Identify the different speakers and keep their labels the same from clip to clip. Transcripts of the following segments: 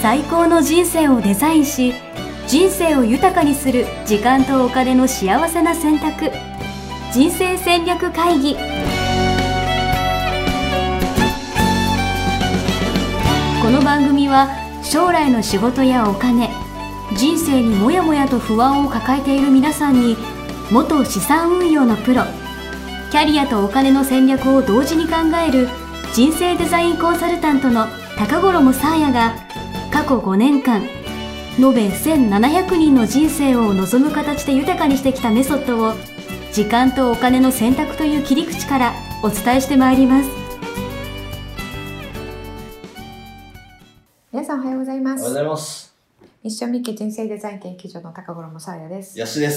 Speaker 1: 最高の人生をデザインし、人生を豊かにする時間とお金の幸せな選択、人生戦略会議。この番組は将来の仕事やお金、人生にもやもやと不安を抱えている皆さんに、元資産運用のプロ、キャリアとお金の戦略を同時に考える人生デザインコンサルタントの高頃もさあやが、過去5年間延べ1700人の人生を望む形で豊かにしてきたメソッドを、時間とお金の選択という切り口からお伝えしてまいります。
Speaker 2: 皆さんおはようございます。
Speaker 3: おはようございます。
Speaker 2: ミッションミッケ人生デザイン研究所の高頃もさあやです。
Speaker 3: やしです。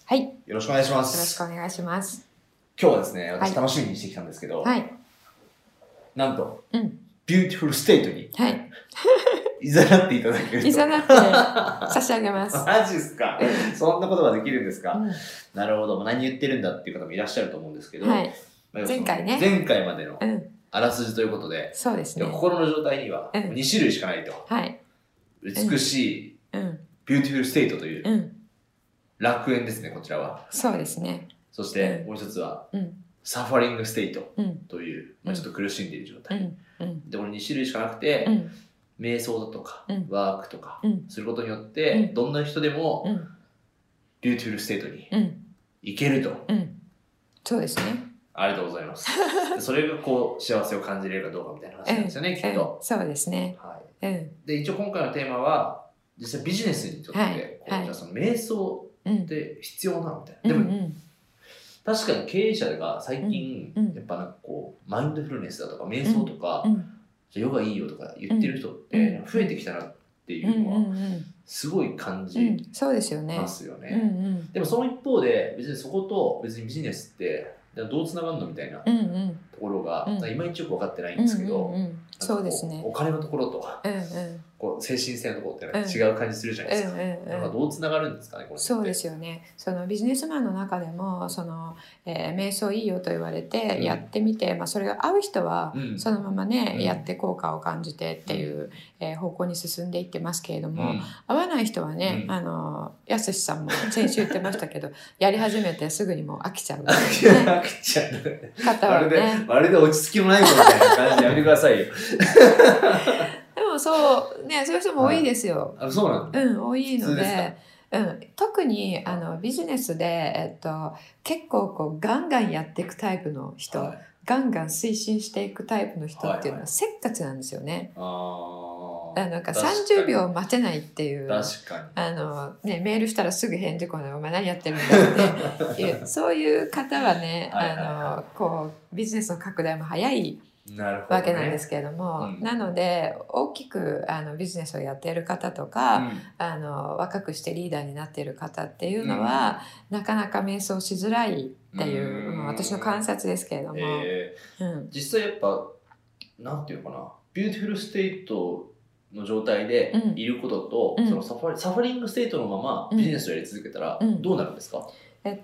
Speaker 2: はい。よ
Speaker 3: よろしくお願いします。
Speaker 2: ろしくお願いします。
Speaker 3: 今日はですね、私
Speaker 2: はい
Speaker 3: 楽しみにしてきたんですけど、
Speaker 2: はい。
Speaker 3: なんと、
Speaker 2: うん。
Speaker 3: ビューティフルステートに
Speaker 2: はい。
Speaker 3: いざなっていただけると。
Speaker 2: いざなって差し上げます。
Speaker 3: マジですか？そんなことができるんですか？
Speaker 2: うん、
Speaker 3: なるほど。何言ってるんだっていう方もいらっしゃると思うんですけど、
Speaker 2: はい。
Speaker 3: まあ
Speaker 2: 前回ね
Speaker 3: 前回までの
Speaker 2: うん。
Speaker 3: あらすじということで、
Speaker 2: そうですね。
Speaker 3: 心の状態には
Speaker 2: うん
Speaker 3: 2種類しかないと。
Speaker 2: はい。
Speaker 3: 美しい
Speaker 2: うん。
Speaker 3: ビューティフルステートという
Speaker 2: うん。
Speaker 3: 楽園ですね、こちらは。
Speaker 2: そうですね。
Speaker 3: そして
Speaker 2: うん
Speaker 3: もう一つは
Speaker 2: うん。
Speaker 3: サファリングステート
Speaker 2: うん。
Speaker 3: という、まあ、ちょっと苦しんでいる状態。
Speaker 2: うん。うん。
Speaker 3: で、この2種類しかなくて、
Speaker 2: うん。
Speaker 3: 瞑想だとか、
Speaker 2: うん
Speaker 3: ワークとか
Speaker 2: うん。
Speaker 3: することによって、
Speaker 2: うん
Speaker 3: どんな人でも
Speaker 2: うん。
Speaker 3: ビューティフルステートに
Speaker 2: うん。
Speaker 3: 行けると。
Speaker 2: うん。そうですね。
Speaker 3: ありがとうございます。でそれがこう幸せを感じれるかどうかみたいな話なんですよね、きっと。
Speaker 2: そうですね。
Speaker 3: は
Speaker 2: うん。
Speaker 3: い、で、一応今回のテーマは、実際ビジネスにとって、
Speaker 2: はい
Speaker 3: こう
Speaker 2: はい
Speaker 3: じゃあその瞑想
Speaker 2: うん
Speaker 3: っ。て必要なのみたいな。でも、確かに経営者が最近、
Speaker 2: うんうん
Speaker 3: やっぱなんかこう、マインドフルネスだとか、瞑想とか、
Speaker 2: うん。
Speaker 3: じゃあヨガいいよとか言ってる人って増えてきたなっていうのは、すごい感じ
Speaker 2: そうですよね。
Speaker 3: ますよね。
Speaker 2: うんうん。
Speaker 3: でもその一方で別にそこと別にビジネスってどうつながるのみたいなと
Speaker 2: うんうん。
Speaker 3: ころが、
Speaker 2: うん
Speaker 3: いまいちよく分かってないんですけど、
Speaker 2: うんうんうんそうですね。
Speaker 3: お金のところと
Speaker 2: うんうん。
Speaker 3: こう精神性のところってなんか違う感じするじゃないですか。なんかどうつながるんですかね、これって。
Speaker 2: そうですよね。そのビジネスマンの中でもその、瞑想いいよと言われてやってみて、それが合う人は
Speaker 3: うん
Speaker 2: そのままね、
Speaker 3: うん
Speaker 2: やって効果を感じてっていう、方向に進んでいってますけれども、
Speaker 3: うん
Speaker 2: 合わない人はね、やすしさんも先週言ってましたけどやり始めてすぐにもう飽きちゃう、
Speaker 3: 飽きちゃう
Speaker 2: 方はね。
Speaker 3: まるで落ち着きもないことみたいな感じでやめてくださいよ。
Speaker 2: でもそうね、そういう人も多いですよ。
Speaker 3: あ、そうなんだ。
Speaker 2: 多いの
Speaker 3: 普通です
Speaker 2: で、特にビジネスで、結構こうガンガンやっていくタイプの人、
Speaker 3: はい
Speaker 2: ガンガン推進していくタイプの人っていうのは
Speaker 3: はい
Speaker 2: せっかちなんですよね。なんか
Speaker 3: 確か
Speaker 2: 30
Speaker 3: に
Speaker 2: 秒待てないっていう。
Speaker 3: 確かに。
Speaker 2: メールしたらすぐ返事来ない、お前何やってるんだっていうそういう方はね、
Speaker 3: はいはいは
Speaker 2: こうビジネスの拡大も早い
Speaker 3: なるほどね。
Speaker 2: わけなんですけれども、
Speaker 3: うん
Speaker 2: なので大きくビジネスをやっている方とか、
Speaker 3: うん
Speaker 2: 若くしてリーダーになっている方っていうのは、なかなか瞑想しづらいっていう、私の観察ですけれども、
Speaker 3: 実際やっぱなんていうのかな、ビューティフルステートの状態でいることと、そのサファリングステートのままビジネスをやり続けたらどうなるんですか？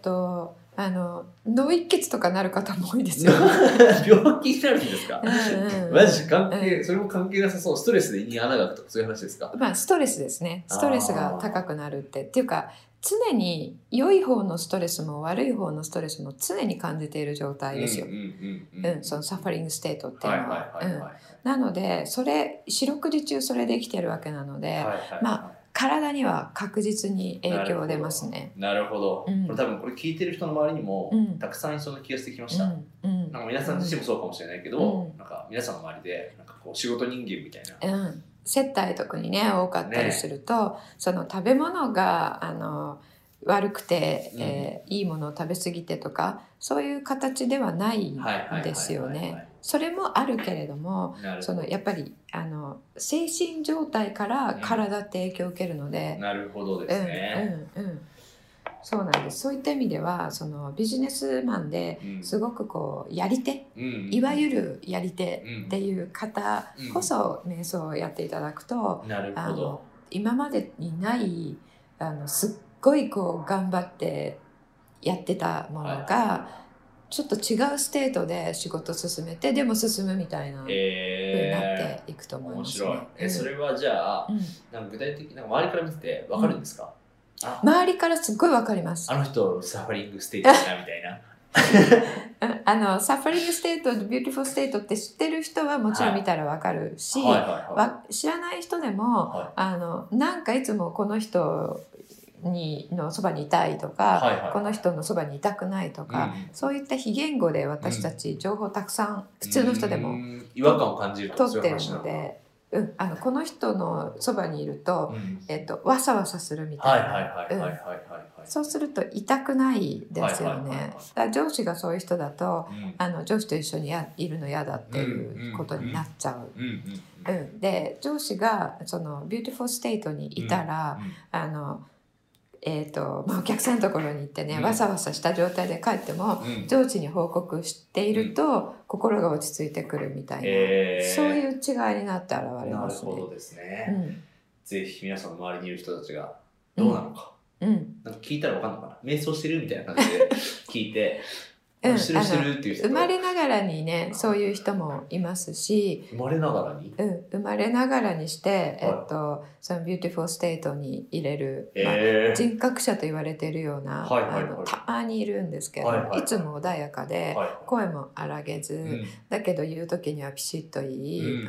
Speaker 2: 脳一血とかなる方も多いですよ。
Speaker 3: 病気になるんですか？マジ関係、それも関係なさそう。ストレスで胃に穴が開くとかそういう話ですか？
Speaker 2: ストレスですね。ストレスが高くなるっていうか、常に良い方のストレスも悪い方のストレスも常に感じている状態ですよ。そのサファリングステートっていうのは。なのでそれ四六時中それで生きてるわけなので、体には確実に影響出ますね。
Speaker 3: なるほど。これ多分これ聞いてる人の周りにもたくさんいそうな気がしてきました。なんか皆さん自身もそうかもしれないけど、なんか皆さんの周りでなんかこう仕事人間みたいな。
Speaker 2: 接待特にね多かったりすると、その食べ物が悪くて、いいものを食べ過ぎてとかそういう形ではないんですよね。それもあるけれども、そのやっぱり精神状態から体って影響を受けるので、
Speaker 3: なるほどですね。
Speaker 2: そうなんです。そういった意味ではそのビジネスマンですごくこうやり手、いわゆるやり手っていう方こそ瞑想をやっていただくと、今までにないすっごいこう頑張ってやってたものがちょっと違うステートで仕事進めてでも進むみたいな風になっていくと思いますね。
Speaker 3: 面白い。それはじゃあ、なんか具体的に周りから見てて分かるんですか？
Speaker 2: 周りからすっごい分かります。
Speaker 3: あの人サファリングステートだなみたいな。
Speaker 2: サファリングステート、ビューティフルステートって知ってる人はもちろん見たらわかるし、知らない人でも、なんかいつもこの人のそばにいたいとか、この人のそばにいたくないとか、そういった非言語で私たち情報たくさん、普通の人でも
Speaker 3: 違和感を感じる
Speaker 2: と取ってるので、この人のそばにいると、わさわさするみたいな。そうすると痛くないですよね。だから上司がそういう人だと、上司と一緒にいるの嫌だっていうことになっちゃう。で上司がそのビューティフルステートにいたら、お客さんのところに行ってね、わさわさした状態で帰っても、上司に報告していると、心が落ち着いてくるみたいな、そういう違いになって現れますね。
Speaker 3: なるほどですね。ぜひ皆さんの周りにいる人たちがどうなのか、なんか聞いたら分かんのかな、瞑想してるみたいな感じで聞いてしてるっていう人、
Speaker 2: 生まれながらにね、そういう人もいますし、
Speaker 3: 生まれながらに、
Speaker 2: 生まれながらにして、そのビューティフルステートに入れる、人格者と言われているような、たまにいるんですけど、いつも穏やかで、声も荒げず、だけど言う時にはピシッと言い、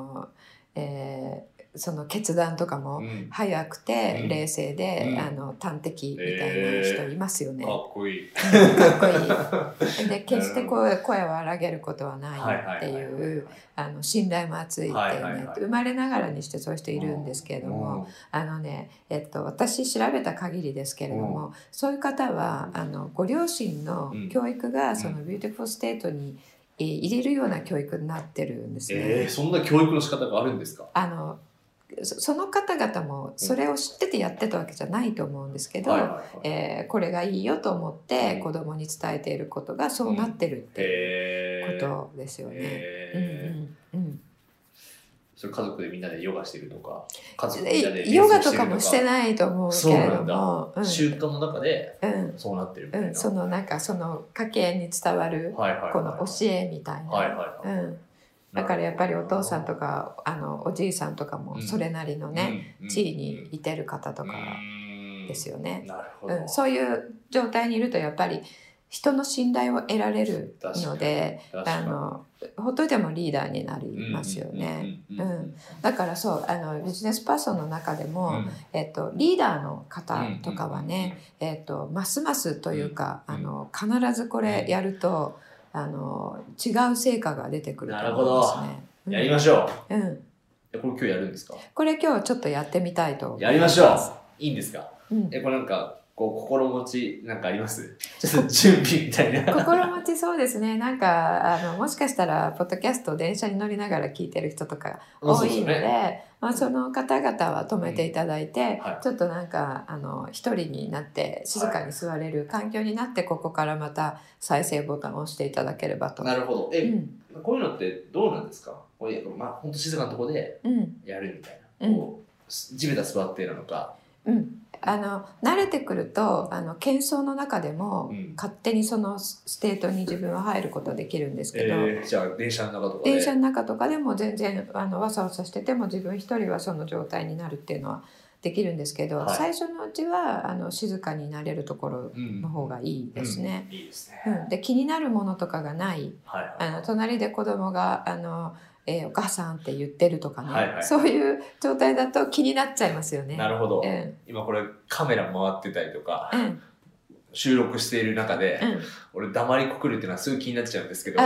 Speaker 2: その決断とかも早くて冷静で、端的みたいな人いますよね。
Speaker 3: かっこいい。
Speaker 2: かっこいい。で決して声を荒げることはないっていう、信頼も厚いっていうね、生まれながらにしてそういう人いるんですけれども、私調べた限りですけれども、そういう方はご両親の教育がそのビューティフルステートに入れるような教育になってるんですね。
Speaker 3: そんな教育の仕方があるんですか？
Speaker 2: その方々もそれを知っててやってたわけじゃないと思うんですけど、これがいいよと思って子供に伝えていることがそうなってるっていうことですよね。
Speaker 3: それ家族でみんなでヨガしてるとか、家族でみんなで
Speaker 2: ヨガとかもしてないと思うけれども、
Speaker 3: 習慣の中でそうなってるみたいな、
Speaker 2: そのなんかその家系に伝わるこの教えみたいな。だからやっぱりお父さんとかおじいさんとかもそれなりのね、地位にいてる方とかですよね。そういう状態にいるとやっぱり人の信頼を得られるので、ほっといてもリーダーになりますよね。だからそうビジネスパーソンの中でも、リーダーの方とかはね、ますますというか必ずこれやると違う成果が出てくると思いますね。
Speaker 3: やりましょう。これ今日やるんですか？
Speaker 2: これ今日ちょっとやってみたいと思います。
Speaker 3: やりましょう。いいんですか？これなんか心持ちなんかあります？ちょっと準備みたいな。
Speaker 2: 心持ちそうですね。なんかもしかしたらポッドキャスト電車に乗りながら聞いてる人とか多いので、その方々は止めていただいて、ちょっとなんか一人になって静かに座れる環境になって、ここからまた再生ボタンを押していただければと。
Speaker 3: なるほど。こういうのってどうなんですか？本当静かなところでやるみたいな。地べた座ってなのか。
Speaker 2: 慣れてくると喧騒の中でも、勝手にそのステートに自分は入ることができるんですけど、
Speaker 3: じゃあ電車の中とか
Speaker 2: 電車の中とかでも全然わさわさしてても自分一人はその状態になるっていうのはできるんですけど、最初のうちは静かになれるところの方がいいですね。で気になるものとかがない、隣で子供がお母さんって言ってるとかね、そういう状態だと気になっちゃいますよね。
Speaker 3: なるほど。今これカメラ回ってたりとか、収録している中で、俺黙りこくるっていうのはすごい気になっちゃうんですけど。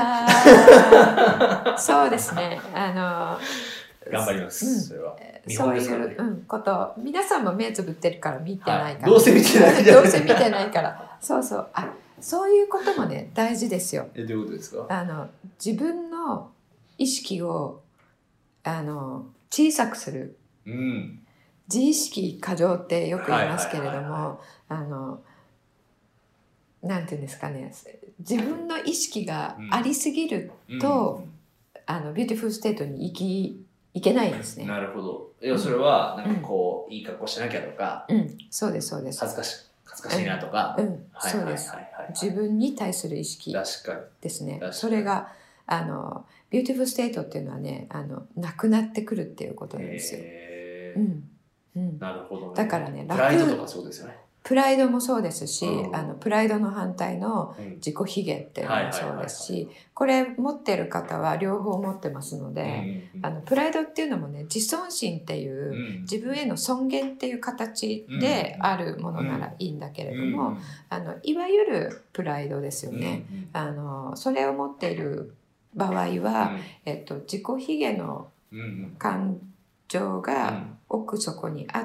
Speaker 2: そうですね。
Speaker 3: 頑張ります。それは。
Speaker 2: そういうこと皆さんも目つぶってるから見てないから。
Speaker 3: どうせ見てない。
Speaker 2: どうせ見てないから。そういうこともね大事ですよ。
Speaker 3: どういうことですか？
Speaker 2: 自分の意識を小さくする、自意識過剰ってよく言いますけれども、なんていうんですかね、自分の意識がありすぎると、ビューティフルステートにいけないんですね。
Speaker 3: なるほど。それはなんかいい格好しなきゃとか、
Speaker 2: そうですそうです。
Speaker 3: 恥ずかし恥ずかしいなとか、
Speaker 2: そうです。自分に対する意識ですね。それがビューティフルステートっていうのはね、なくなってくるっていうことなんですよ。
Speaker 3: なるほどね。
Speaker 2: だからね、
Speaker 3: プライドとかそうですよね。
Speaker 2: プライドもそうですし、プライドの反対の自己卑下っていうのもそうですし、これ持ってる方は両方持ってますので、プライドっていうのもね、自尊心っていう自分への尊厳っていう形であるものならいいんだけれども、いわゆるプライドですよね。それを持っている場合は、自己卑下の感情が奥底にあって、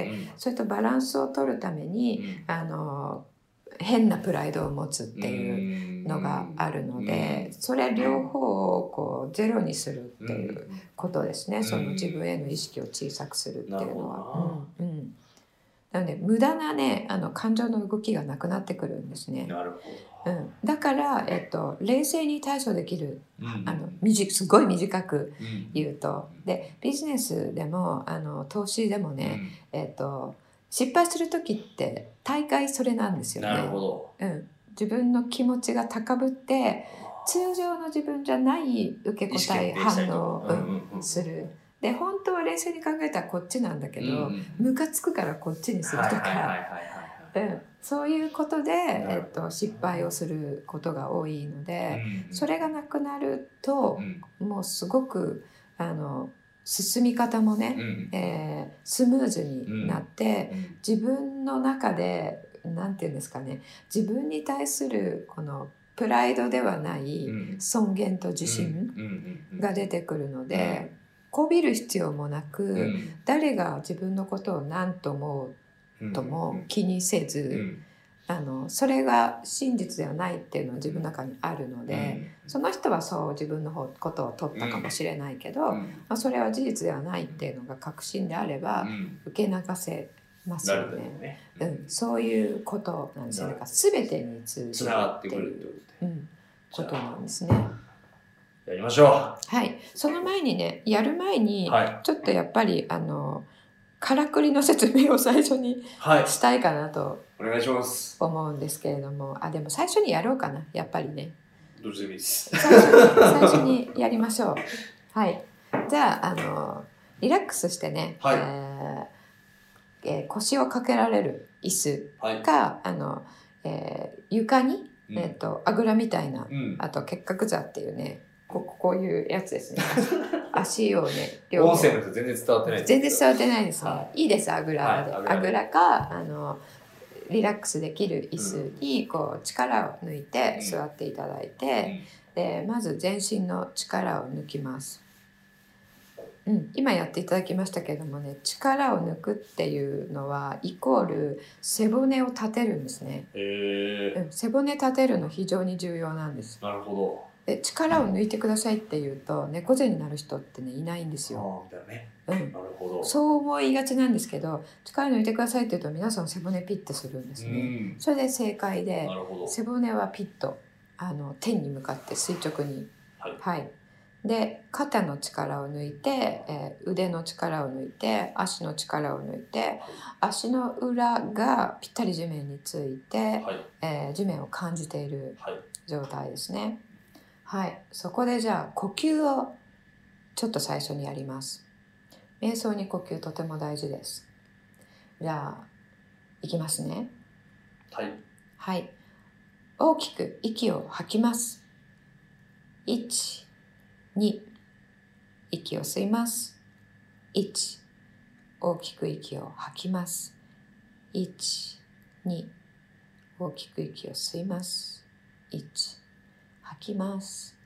Speaker 2: それとバランスを取るために、変なプライドを持つっていうのがあるので、それ両方をこうゼロにするっていうことですね。その自分への意識を小さくするっていうのは。なので無駄なね、感情の動きがなくなってくるんですね。
Speaker 3: なるほ
Speaker 2: ど。だから、冷静に対処できる、すごい短く言うと、でビジネスでも投資でもね、失敗する時って大概それなんですよね。
Speaker 3: なるほど。
Speaker 2: 自分の気持ちが高ぶって通常の自分じゃない受け答え反応をする。で本当は冷静に考えたらこっちなんだけど、ムカつくからこっちにするとか、そういうことで、失敗をすることが多いので、それがなくなると、もうすごく進み方もね、スムーズになって、自分の中でなんていうんですかね、自分に対するこのプライドではない尊厳と自信が出てくるので、こびる必要もなく、誰が自分のことを何と思うとも気にせず、それが真実ではないっていうのは自分の中にあるので、その人はそう自分のことを取ったかもしれないけど、それは事実ではないっていうのが確信であれば受け流せますよね。そういうことなんですよ。なんか全てに通じるっていうことなんですね。
Speaker 3: やりましょう。
Speaker 2: はい。その前にね、やる前にちょっとやっぱりからくりの説明を最初にしたいかなと思うんですけれども、でも最初にやろうかな、やっぱりね。
Speaker 3: どっちでもいいです。
Speaker 2: 最初にやりましょう。はい。じゃあリラックスしてね、腰をかけられる椅子か、床に、あぐらみたいな、あと結核座っていうね、こういうやつですね。足をね、
Speaker 3: 音声の人全然伝わってないです。
Speaker 2: 全然伝わってないですね。いいです、あぐらで。あぐらか、リラックスできる椅子にこう力を抜いて座っていただいて、でまず全身の力を抜きます。今やっていただきましたけどもね、力を抜くっていうのはイコール背骨を立てるんですね。背骨立てるの非常に重要なんです。
Speaker 3: なるほど。
Speaker 2: で力を抜いてくださいって言うと猫背になる人ってねいないんですよ。
Speaker 3: なるほど。
Speaker 2: そう思いがちなんですけど、力抜いてくださいって言うと皆さん背骨ピッとするんですね。それで正解で、背骨はピッと天に向かって垂直に、で肩の力を抜いて、腕の力を抜いて、足の力を抜いて、足の裏がぴったり地面について、地面を感じている状態ですね。はい、そこでじゃあ呼吸をちょっと最初にやります。瞑想に呼吸とても大事です。じゃあいきますね。はい、大きく息を吐きます。1、2、息を吸います。1、大きく息を吐きます。1、2、大きく息を吸います。1、吐きます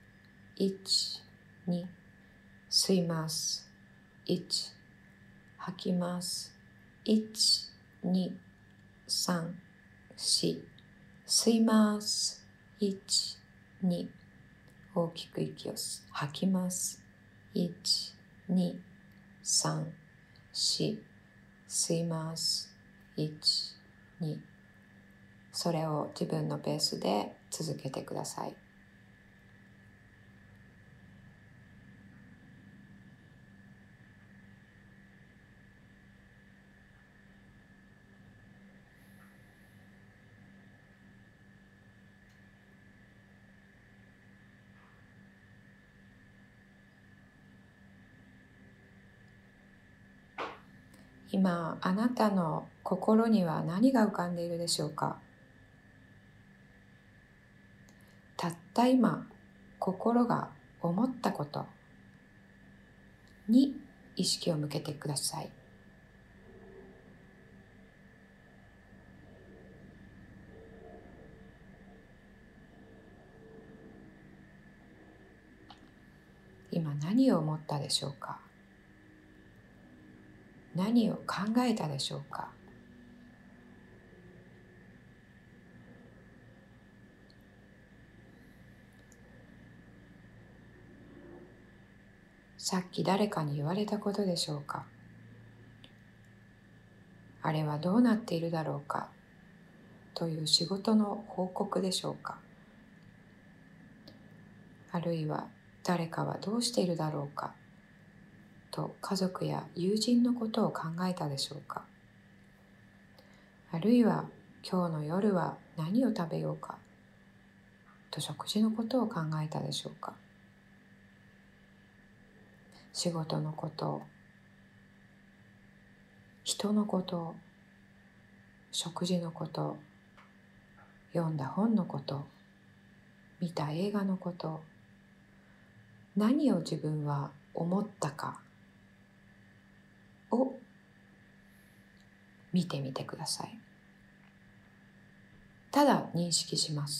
Speaker 2: 。1、2、吸います。1、吐きます。1、2、3、4、吸います。1、2、大きく息を吐きます。1、2、3、4、吸います。1、2、それを自分のペースで続けてください。 今あなたの心には何が浮かんでいるでしょうか。たった今心が思ったことに意識を向けてください。今何を思ったでしょうか。何を考えたでしょうか。さっき誰かに言われたことでしょうか。あれはどうなっているだろうかという仕事の報告でしょうか。あるいは誰かはどうしているだろうかと家族や友人のことを考えたでしょうか。あるいは今日の夜は何を食べようかと食事のことを考えたでしょうか。仕事のこと、人のこと、食事のこと、読んだ本のこと、見た映画のこと、何を自分は思ったかを見てみてください。ただ認識します。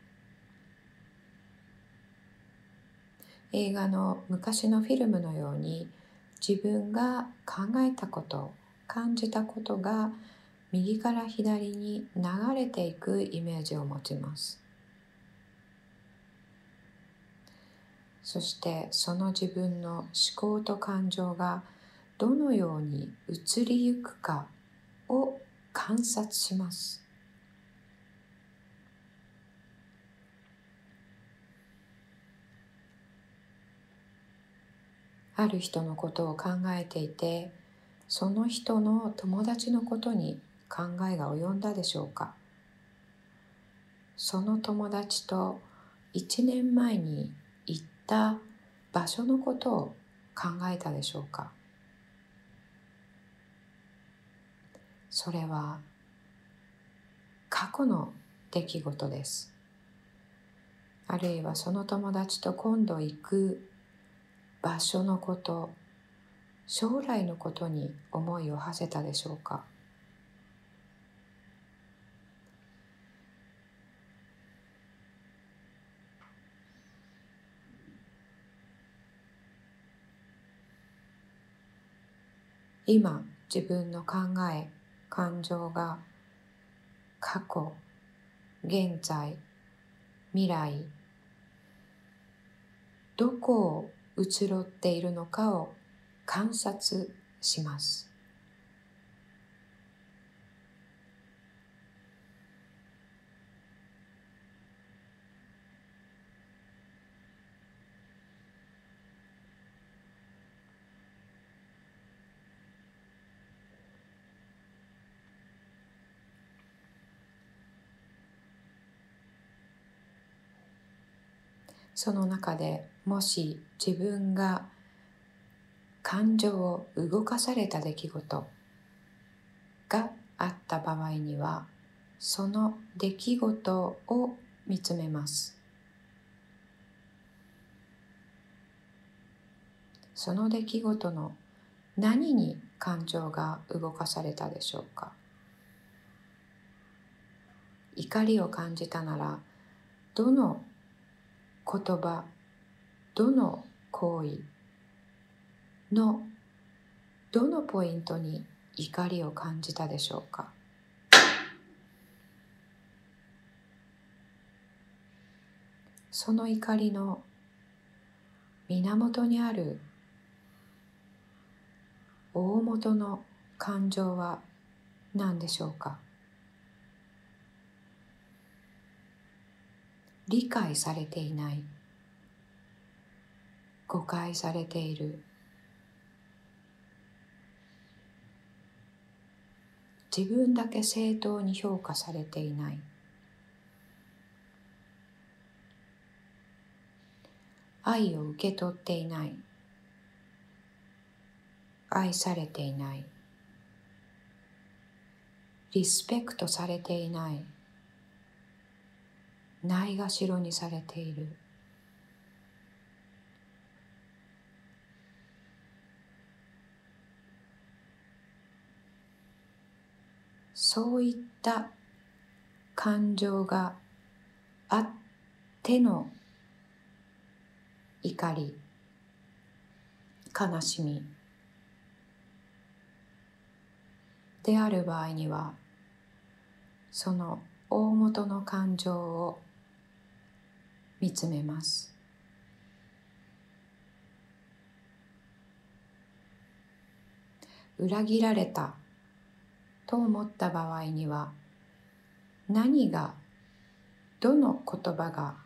Speaker 2: 映画の昔のフィルムのように自分が考えたこと、感じたことが右から左に流れていくイメージを持ちます。そしてその自分の思考と感情がどのように移りゆくかを観察します。ある人のことを考えていて、その人の友達のことに考えが及んだでしょうか。その友達と1年前に行った場所のことを考えたでしょうか。それは過去の出来事です。あるいはその友達と今度行く場所のこと、将来のことに思いを馳せたでしょうか。今自分の考え、感情が過去、現在、未来、どこを移ろっているのかを観察します。その中でもし自分が感情を動かされた出来事があった場合には、その出来事を見つめます。その出来事の何に感情が動かされたでしょうか。怒りを感じたなら、どの言葉、どの行為のどのポイントに怒りを感じたでしょうか。その怒りの源にある大元の感情は何でしょうか。理解されていない、誤解されている、自分だけ正当に評価されていない、愛を受け取っていない、愛されていない、 リスペクトされていない、ないがしろにされている。そういった感情があっての怒り、悲しみである場合には、その大元の感情を見つめます。裏切られたと思った場合には、何が、どの言葉が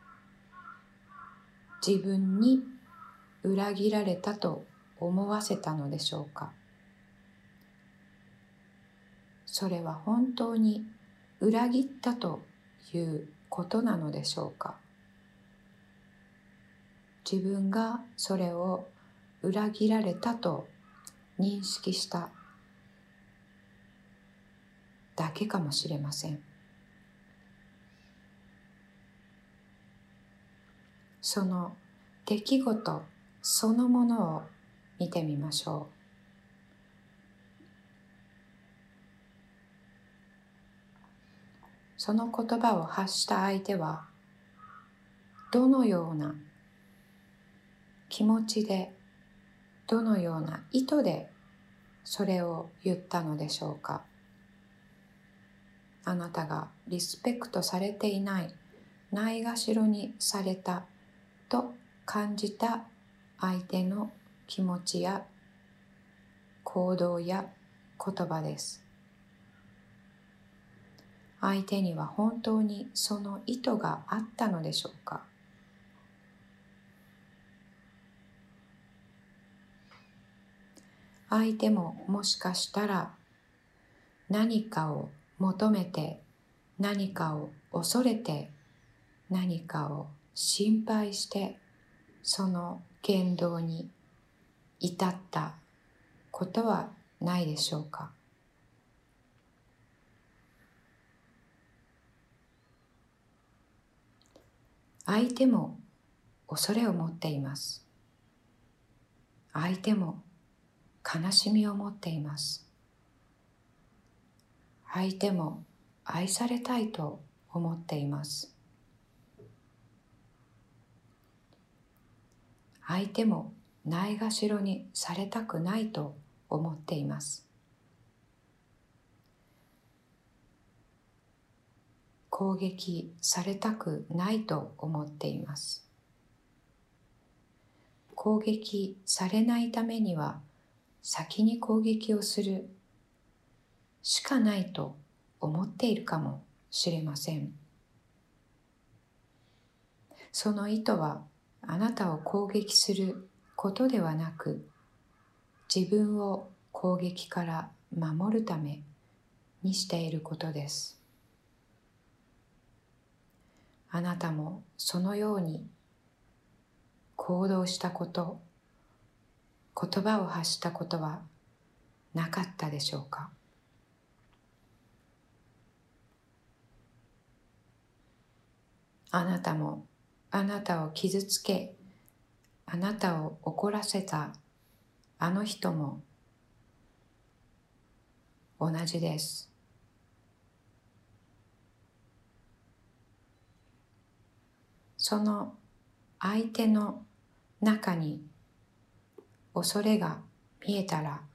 Speaker 2: 自分に裏切られたと思わせたのでしょうか。それは本当に裏切ったということなのでしょうか。自分がそれを裏切られたと認識しただけかもしれません。その出来事そのものを見てみましょう。その言葉を発した相手はどのような気持ちで、どのような意図でそれを言ったのでしょうか。あなたがリスペクトされていない、ないがしろにされたと感じた相手の気持ちや行動や言葉です。相手には本当にその意図があったのでしょうか。相手ももしかしたら何かを求めて、何かを恐れて、何かを心配してその言動に至ったことはないでしょうか。相手も恐れを持っています。相手も悲しみを持っています。相手も愛されたいと思っています。相手もないがしろにされたくないと思っています。攻撃されたくないと思っています。攻撃されないためには先に攻撃をするしかないと思っているかもしれません。その意図はあなたを攻撃することではなく、自分を攻撃から守るためにしていることです。あなたもそのように行動したこと、言葉を発したことはなかったでしょうか。あなたもあなたを傷つけ、あなたを怒らせたあの人も同じです。その相手の中に恐れが見えたら、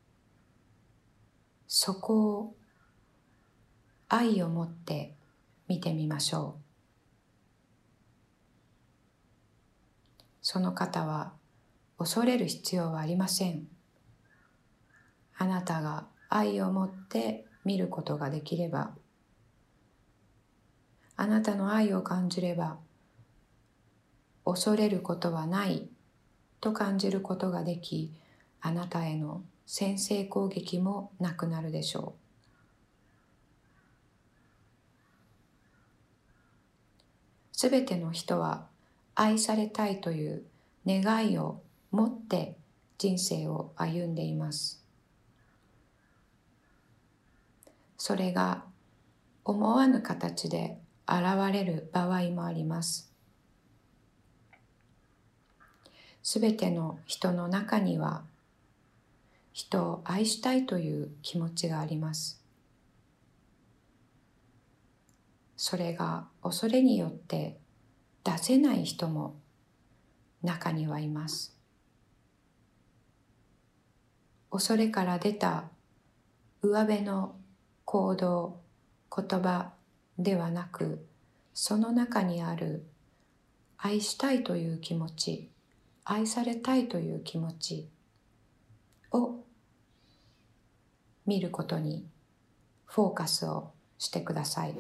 Speaker 2: そこを愛を持って見てみましょう。その方は恐れる必要はありません。あなたが愛を持って見ることができれば、あなたの愛を感じれば、恐れることはないと感じることができ、あなたへの先制攻撃もなくなるでしょう。すべての人は愛されたいという願いを持って人生を歩んでいます。 それが思わぬ形で現れる場合もあります。すべての人の中には人を愛したいという気持ちがあります。それが恐れによって出せない人も中にはいます。恐れから出た上辺の行動、言葉ではなく、その中にある愛したいという気持ち、愛されたいという気持ちを見ることにフォーカスをしてください。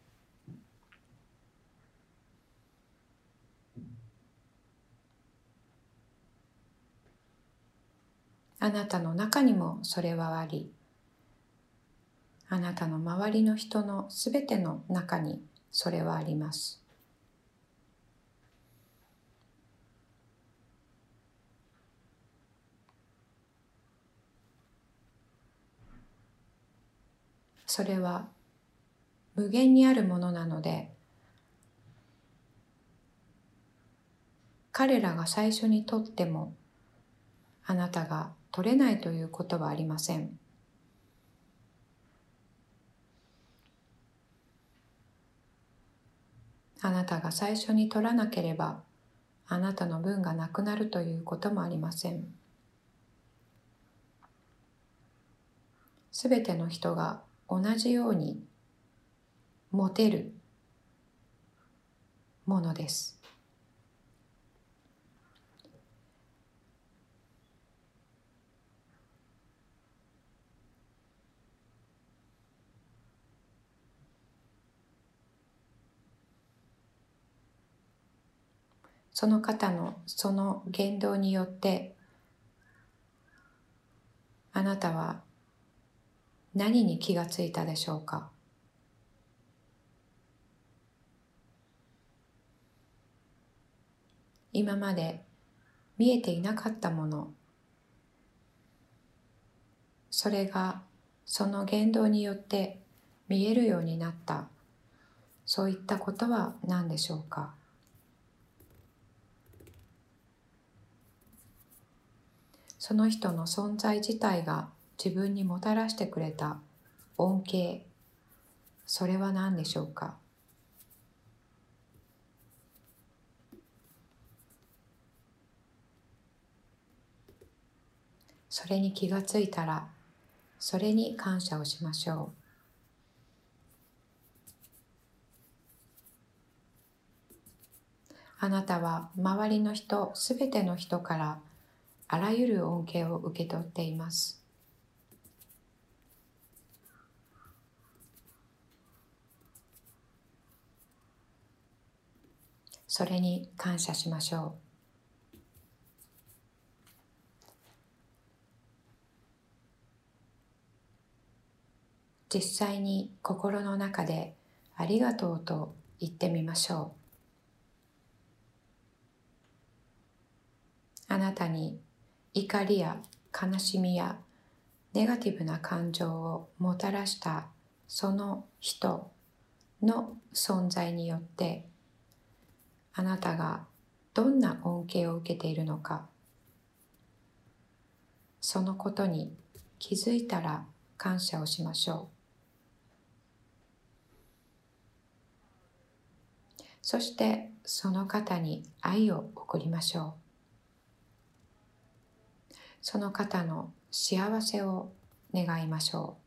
Speaker 2: あなたの中にもそれはあり、あなたの周りの人のすべての中にそれはあります。それは無限にあるものなので、彼らが最初に取ってもあなたが取れないということはありません。あなたが最初に取らなければあなたの分がなくなるということもありません。すべての人が同じように持てるものです。その方のその言動によってあなたは何に気がついたでしょうか。今まで見えていなかったもの、それがその言動によって見えるようになった、そういったことは何でしょうか。その人の存在自体が自分にもたらしてくれた恩恵、それは何でしょうか。それに気がついたら、それに感謝をしましょう。あなたは周りの人、すべての人からあらゆる恩恵を受け取っています。それに感謝しましょう。実際に心の中でありがとうと言ってみましょう。あなたに怒りや悲しみやネガティブな感情をもたらしたその人の存在によってあなたがどんな恩恵を受けているのか、そのことに気づいたら感謝をしましょう。そしてその方に愛を送りましょう。その方の幸せを願いましょう。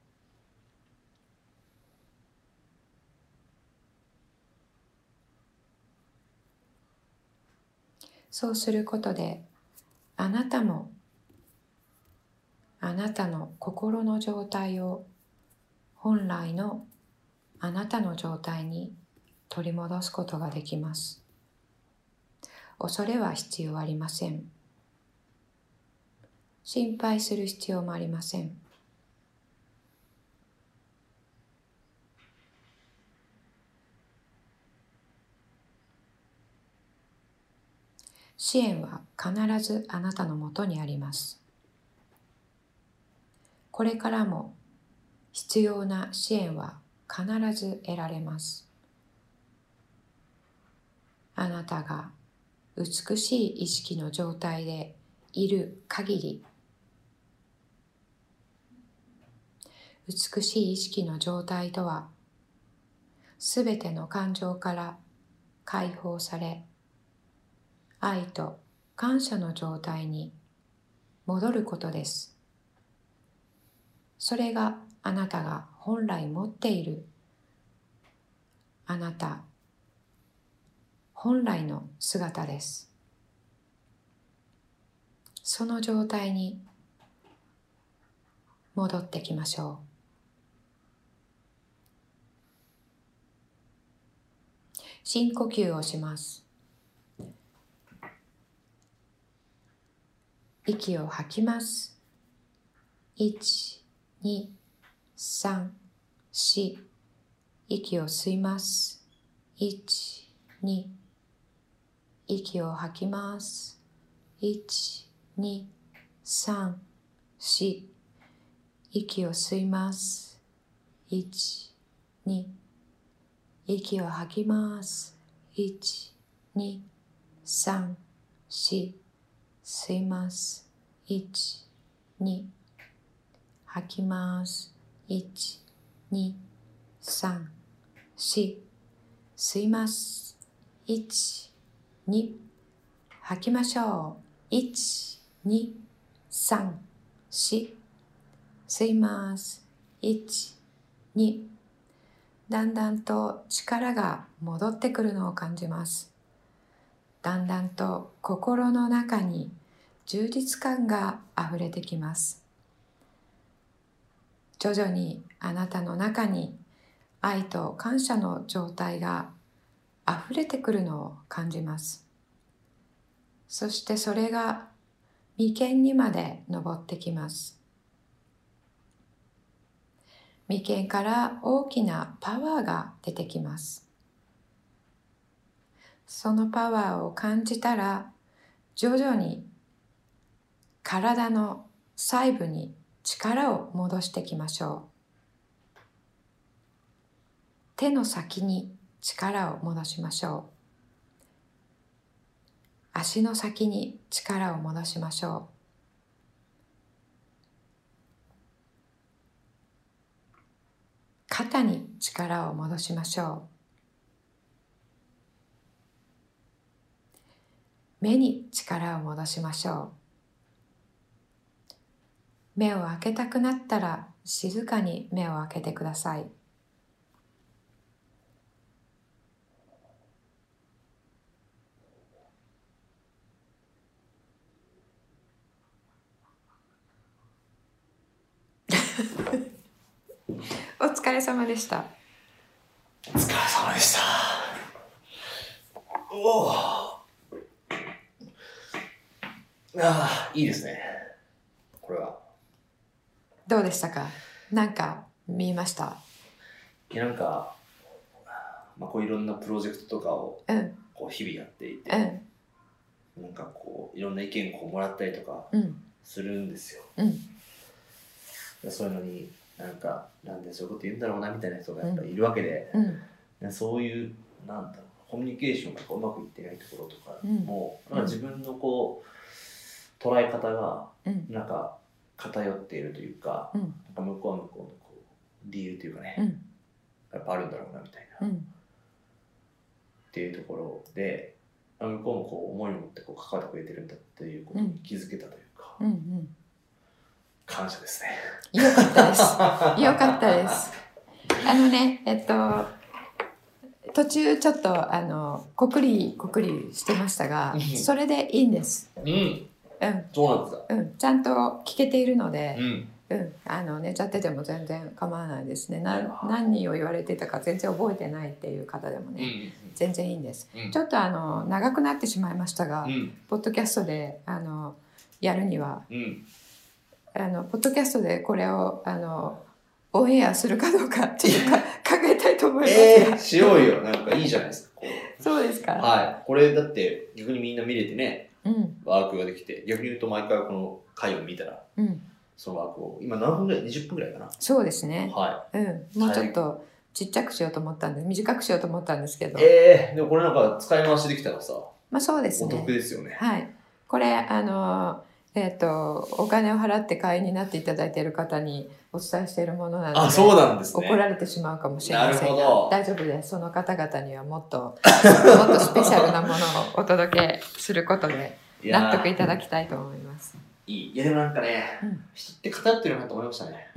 Speaker 2: そうすることで、あなたもあなたの心の状態を本来のあなたの状態に取り戻すことができます。恐れは必要ありません。心配する必要もありません。支援は必ずあなたのもとにあります。これからも必要な支援は必ず得られます。あなたが美しい意識の状態でいる限り、美しい意識の状態とは、すべての感情から解放され、愛と感謝の状態に戻ることです。それがあなたが本来持っている、あなた本来の姿です。その状態に戻ってきましょう。深呼吸をします。息を吐きます。1、2、3、4。息を吸います。1、2。息を吐きます。1、2、3、4。息を吸います。1、2。息を吐きます。1、2、3、4。吸います。1、2。吐きます。1、2、3、4。吸います。1、2。吐きましょう。1、2、3、4。吸います。1、2。だんだんと力が戻ってくるのを感じます。だんだんと心の中に充実感があふれてきます。徐々にあなたの中に愛と感謝の状態があふれてくるのを感じます。そしてそれが眉間にまで上ってきます。眉間から大きなパワーが出てきます。そのパワーを感じたら、徐々に体の細部に力を戻していきましょう。手の先に力を戻しましょう。足の先に力を戻しましょう。肩に力を戻しましょう。目に力を戻しましょう。目を開けたくなったら静かに目を開けてください。お疲れ様でした。
Speaker 3: お疲れ様でした。おお。いいですね。これは。
Speaker 2: どうでしたか？なんか見えました？
Speaker 3: いや、なんか、こういろんなプロジェクトとかをこう日々やっていて、なんかこういろんな意見をもらったりとかするんですよ。そういうのになんでそういうこと言うんだろうなみたいな人がやっぱりいるわけで、そういうコミュニケーションとかうまくいってないところとかも、自分のこう捉え方がなんか偏っているというか、なんか向こうは向こうのこう理由というかね、やっぱあるんだろうなみたいな、っていうところで、向こうもこう思いを持ってこう関わってくれてるんだっていうことに気づけたというか、感謝ですね。
Speaker 2: よかったです。よかったです。途中ちょっとこくりしてましたが、それでいいんです。
Speaker 3: そうなんですか。
Speaker 2: ちゃんと聞けているので、寝ちゃってても全然構わないですね。何を言われてたか全然覚えてないっていう方でもね、全然いいんです。ちょっと長くなってしまいましたが、ポッドキャストでやるには、ポッドキャストでこれをオンエアするかどうかっていうか考えたいと思いますが、
Speaker 3: しようよ。なんかいいじゃないですか。
Speaker 2: そうですか。
Speaker 3: はい。これだって逆にみんな見れてね、ワークができて、逆に言うと毎回この回を見たら、 そのワークを。今何分ぐらい ?20 分ぐらいかな。
Speaker 2: そうですね。
Speaker 3: は
Speaker 2: もうちょっとちっちゃくしようと思ったんで、短くしようと思ったんですけど。
Speaker 3: でもこれなんか使い回しできたらさ、
Speaker 2: そうですね。
Speaker 3: お得ですよね。
Speaker 2: はい。これ、お金を払って会員になっていただいている方にお伝えしているものなので、
Speaker 3: そうなんですね。
Speaker 2: 怒られてしまうかもしれませんが、大丈夫です。その方々にはもっとスペシャルなものをお届けすることで納得いただきたいと思います。
Speaker 3: いやでもなんかね、人って偏ってるなと思いましたね。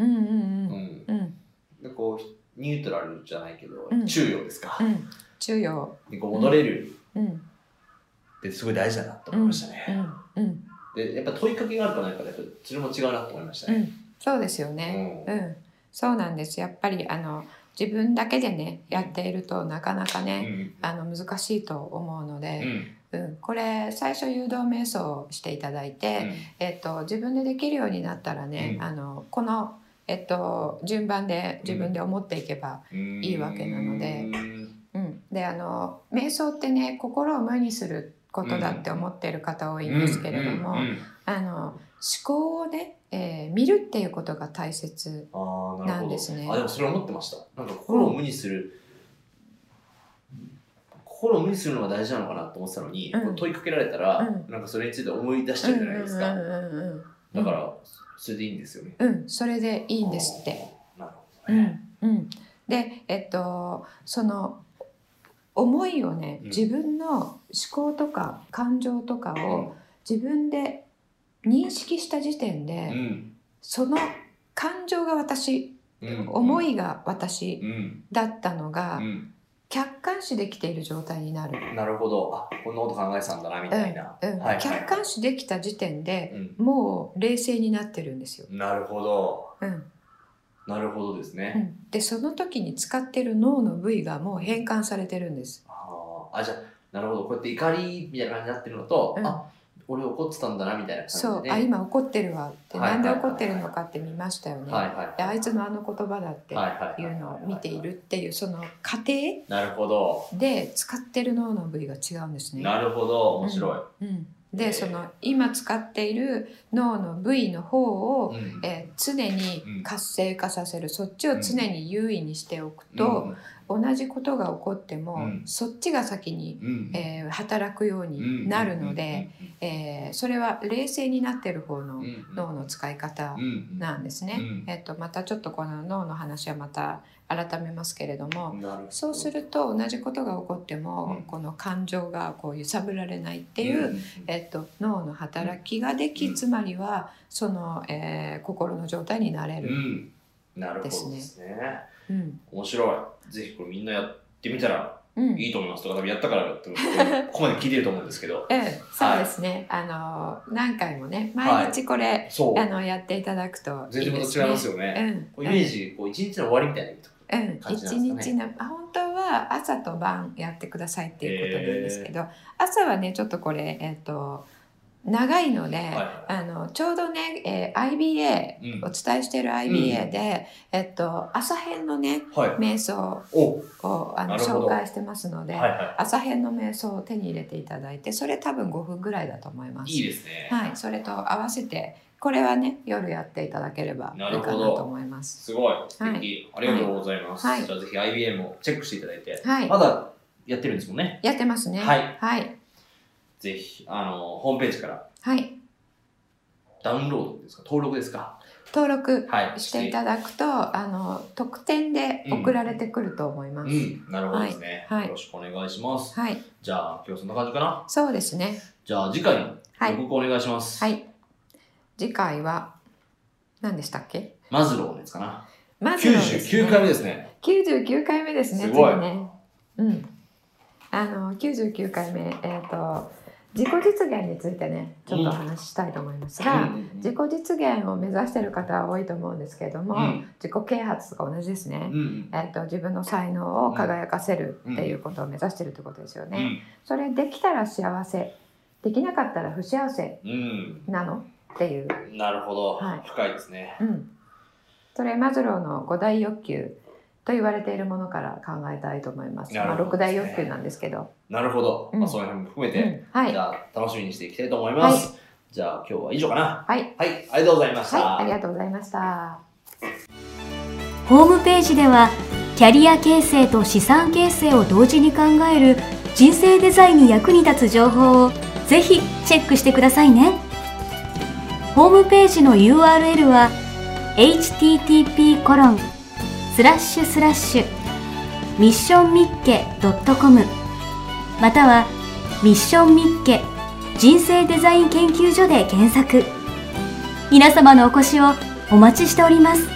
Speaker 3: こうニュートラルじゃないけど、中庸ですか。
Speaker 2: 中庸
Speaker 3: にこう戻れるってすごい大事だなと思いましたね。でやっぱ問いかけがあるかないかでそれも違うなと思いましたね。
Speaker 2: そうですよね。そうなんです。やっぱり自分だけでねやっているとなかなかね、難しいと思うので、これ最初誘導瞑想をしていただいて、自分でできるようになったらね、この順番で自分で思っていけばいいわけなので、で瞑想ってね心を無にすることだって思っている方多いんですけれども、思考をね、見るっていうことが大切なんですね。
Speaker 3: でもそれ思ってました。なんか心を無にする、心を無にするのが大事なのかなと思ってたのに、問いかけられたら、なんかそれについて思い出しちゃうじゃないですか。だからそれでいいんですよね。
Speaker 2: それでいいんですって。
Speaker 3: なるほどね。
Speaker 2: で、その思いをね、自分の思考とか感情とかを自分で認識した時点で、その感情が私、思いが私だったのが、客観視できている状態になる。
Speaker 3: なるほど。こんなこと考えてたんだなみたいな。
Speaker 2: 客観視できた時点で、もう冷静になってるんですよ。
Speaker 3: なるほど。なるほどですね。
Speaker 2: でその時に使ってる脳の部位がもう変換されてるんです。
Speaker 3: じゃあなるほど、こうやって怒りみたいな感じになってるのと、俺怒ってたんだなみたいな感じで、
Speaker 2: そう、今怒ってるわって、なんで怒ってるのかって見ましたよね。あいつの言葉だっていうのを見ているっていうその過程で使ってる脳の部位が違うんですね。
Speaker 3: なるほど、面白い。
Speaker 2: でその今使っている脳の部位の方を、常に活性化させる、そっちを常に優位にしておくと、同じことが起こっても、そっちが先に、働くようになるので、それは冷静になっている方の脳の使い方なんですね。またちょっとこの脳の話はまた改めますけれども、そうすると同じことが起こっても、この感情がこう揺さぶられないっていう、脳の働きができ、つまりはその、心の状態になれるですね。
Speaker 3: 面白い。ぜひこれみんなやってみたらいいと思いますとか、多分やったからってここまで聞いてると思うんですけど、
Speaker 2: そうですね。何回もね毎日これ、やっていただくといいですね。
Speaker 3: 全然違いますよね。イメージ一日の終わりみたいな感じなんですかね。
Speaker 2: 一日の本当は朝と晩やってくださいっていうことなんですけど、朝はねちょっとこれ長いので、ちょうどね、IBA、お伝えしている IBA で、朝編のね、瞑想を紹介してますので、朝編の瞑想を手に入れていただいて、それ多分5分ぐらいだと思います。
Speaker 3: いいですね。
Speaker 2: それと合わせてこれはね夜やっていただければいいかなと思います。
Speaker 3: すごい素敵、ありがとうございます。じゃあぜひ IBA もチェックしていただいて、まだやってるんですもんね。
Speaker 2: やってますね。
Speaker 3: ぜひホームページからダウンロードですか、登録ですか、
Speaker 2: 登録していただくと、特典で送られてくると思います。
Speaker 3: なるほどですね。よろしくお願いします。じゃあ今日そんな感じかな。
Speaker 2: そうですね。
Speaker 3: じゃあ次回の予告お願いします。
Speaker 2: 次回は何でしたっけ？
Speaker 3: マズローですかな。
Speaker 2: マズローですね。
Speaker 3: 99回目ですね。
Speaker 2: 99回目ですね。
Speaker 3: すごい。
Speaker 2: 次ね。99回目自己実現についてねちょっとお話ししたいと思いますが、自己実現を目指している方は多いと思うんですけれども、自己啓発とか同じですね。自分の才能を輝かせるっていうことを目指しているということですよね。それできたら幸せ、できなかったら不幸せなのっていう。
Speaker 3: なるほど、深いですね。
Speaker 2: それマズローの5大欲求と言われているものから考えたいと思います。6大欲求なんですけど。
Speaker 3: なるほど。そういうのも含めて、じゃあ楽しみにしていきたいと思います。 じゃあ今日は以上かな。
Speaker 2: はい。
Speaker 3: はい、ありがとうございました。
Speaker 2: はい、ありがとうございました。
Speaker 1: ホームページではキャリア形成と資産形成を同時に考える人生デザインに役に立つ情報をぜひチェックしてくださいね。ホームページの URL は http://missionmicke.com またはミッションミッケ人生デザイン研究所で検索。皆様のお越しをお待ちしております。